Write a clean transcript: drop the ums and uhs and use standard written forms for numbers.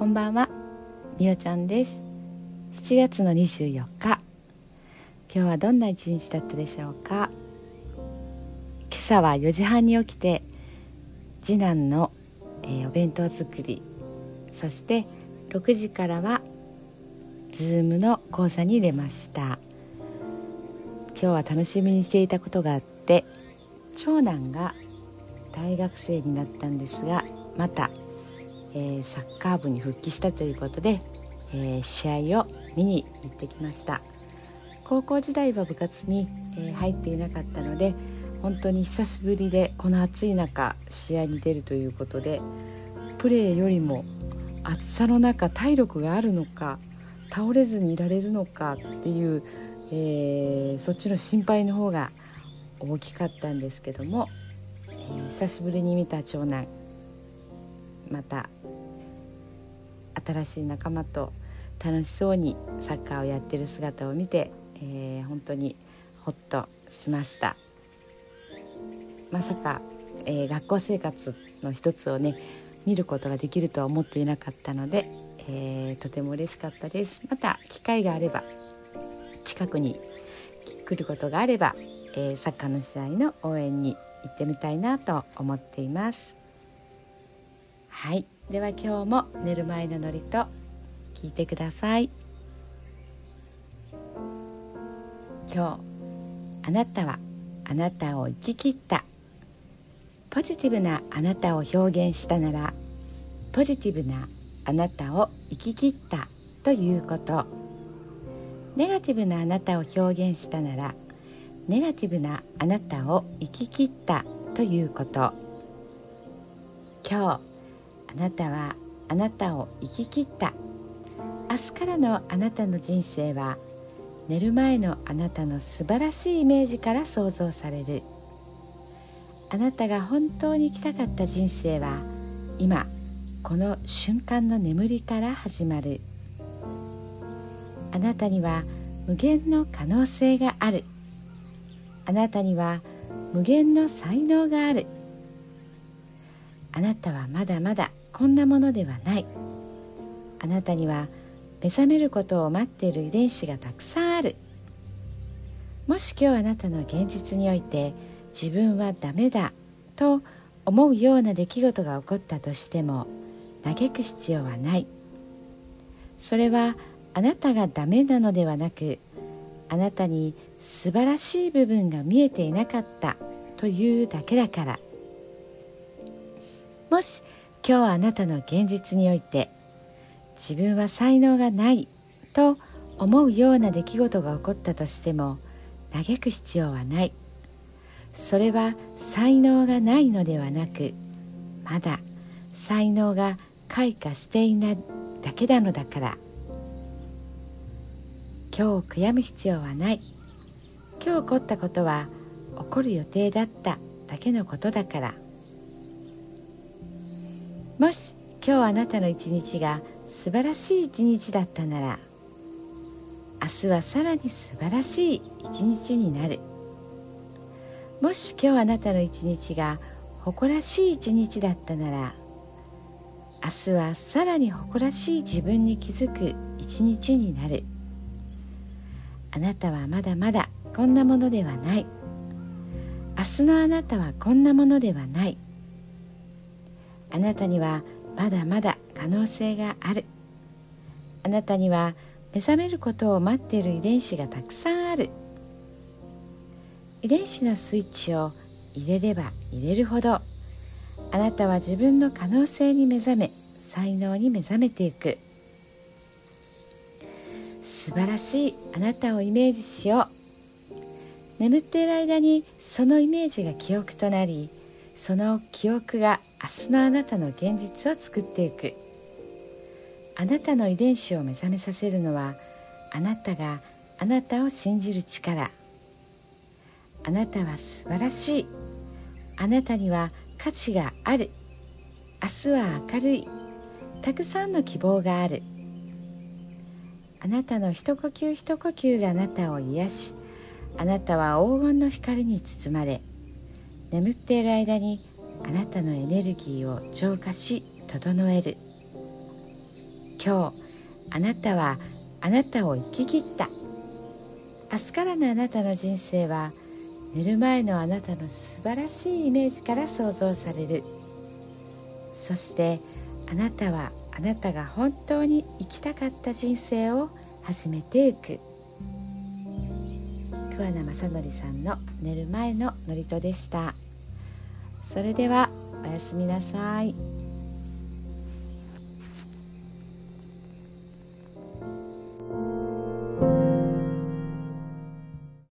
こんばんは、みおちゃんです。7月の24日、今日はどんな一日だったでしょうか。今朝は4時半に起きて次男の、お弁当作り、そして6時からはZoomの講座に出ました。今日は楽しみにしていたことがあって、長男が大学生になったんですが、また、サッカー部に復帰したということで、試合を見に行ってきました。高校時代は部活に、入っていなかったので、本当に久しぶりでこの暑い中試合に出るということで、プレーよりも暑さの中体力があるのか、倒れずにいられるのかっていう、そっちの心配の方が大きかったんですけども、久しぶりに見た長男、また新しい仲間と楽しそうにサッカーをやってる姿を見て、本当にほっとしました。まさか、学校生活の一つをね見ることができるとは思っていなかったので、とても嬉しかったです。また機会があれば、近くに来ることがあれば、サッカーの試合の応援に行ってみたいなと思っています。はい、では今日も寝る前の祝詞と聞いてください。今日あなたはあなたを生き切った。ポジティブなあなたを表現したなら、ポジティブなあなたを生き切ったということ。ネガティブなあなたを表現したなら、ネガティブなあなたを生き切ったということ。今日あなたはあなたを生き切った。明日からのあなたの人生は、寝る前のあなたの素晴らしいイメージから想像される。あなたが本当に生きたかった人生は、今この瞬間の眠りから始まる。あなたには無限の可能性がある。あなたには無限の才能がある。あなたはまだまだこんなものではない。あなたには目覚めることを待っている遺伝子がたくさんある。もし今日あなたの現実において、自分はダメだと思うような出来事が起こったとしても、嘆く必要はない。それはあなたがダメなのではなく、あなたに素晴らしい部分が見えていなかったというだけだから。もし今日あなたの現実において、自分は才能がないと思うような出来事が起こったとしても、嘆く必要はない。それは才能がないのではなく、まだ才能が開花していないだけなのだから。今日悔やむ必要はない。今日起こったことは起こる予定だっただけのことだから。もし今日あなたの一日が素晴らしい一日だったなら、明日はさらに素晴らしい一日になる。もし今日あなたの一日が誇らしい一日だったなら、明日はさらに誇らしい自分に気づく一日になる。あなたはまだまだこんなものではない。明日のあなたはこんなものではない。あなたにはまだまだ可能性がある。あなたには目覚めることを待っている遺伝子がたくさんある。遺伝子のスイッチを入れれば入れるほど、あなたは自分の可能性に目覚め、才能に目覚めていく。素晴らしいあなたをイメージしよう。眠っている間にそのイメージが記憶となり、その記憶が明日のあなたの現実を作っていく。あなたの遺伝子を目覚めさせるのは、あなたがあなたを信じる力。あなたは素晴らしい。あなたには価値がある。明日は明るい。たくさんの希望がある。あなたの一呼吸一呼吸があなたを癒し、あなたは黄金の光に包まれ、眠っている間にあなたのエネルギーを浄化し整える。 今日あなたはあなたを生き切った。明日からのあなたの人生は寝る前のあなたの素晴らしいイメージから想像される。そしてあなたはあなたが本当に生きたかった人生を始めていく。桑名正則さんの寝る前の祝詞でした。それではおやすみなさい。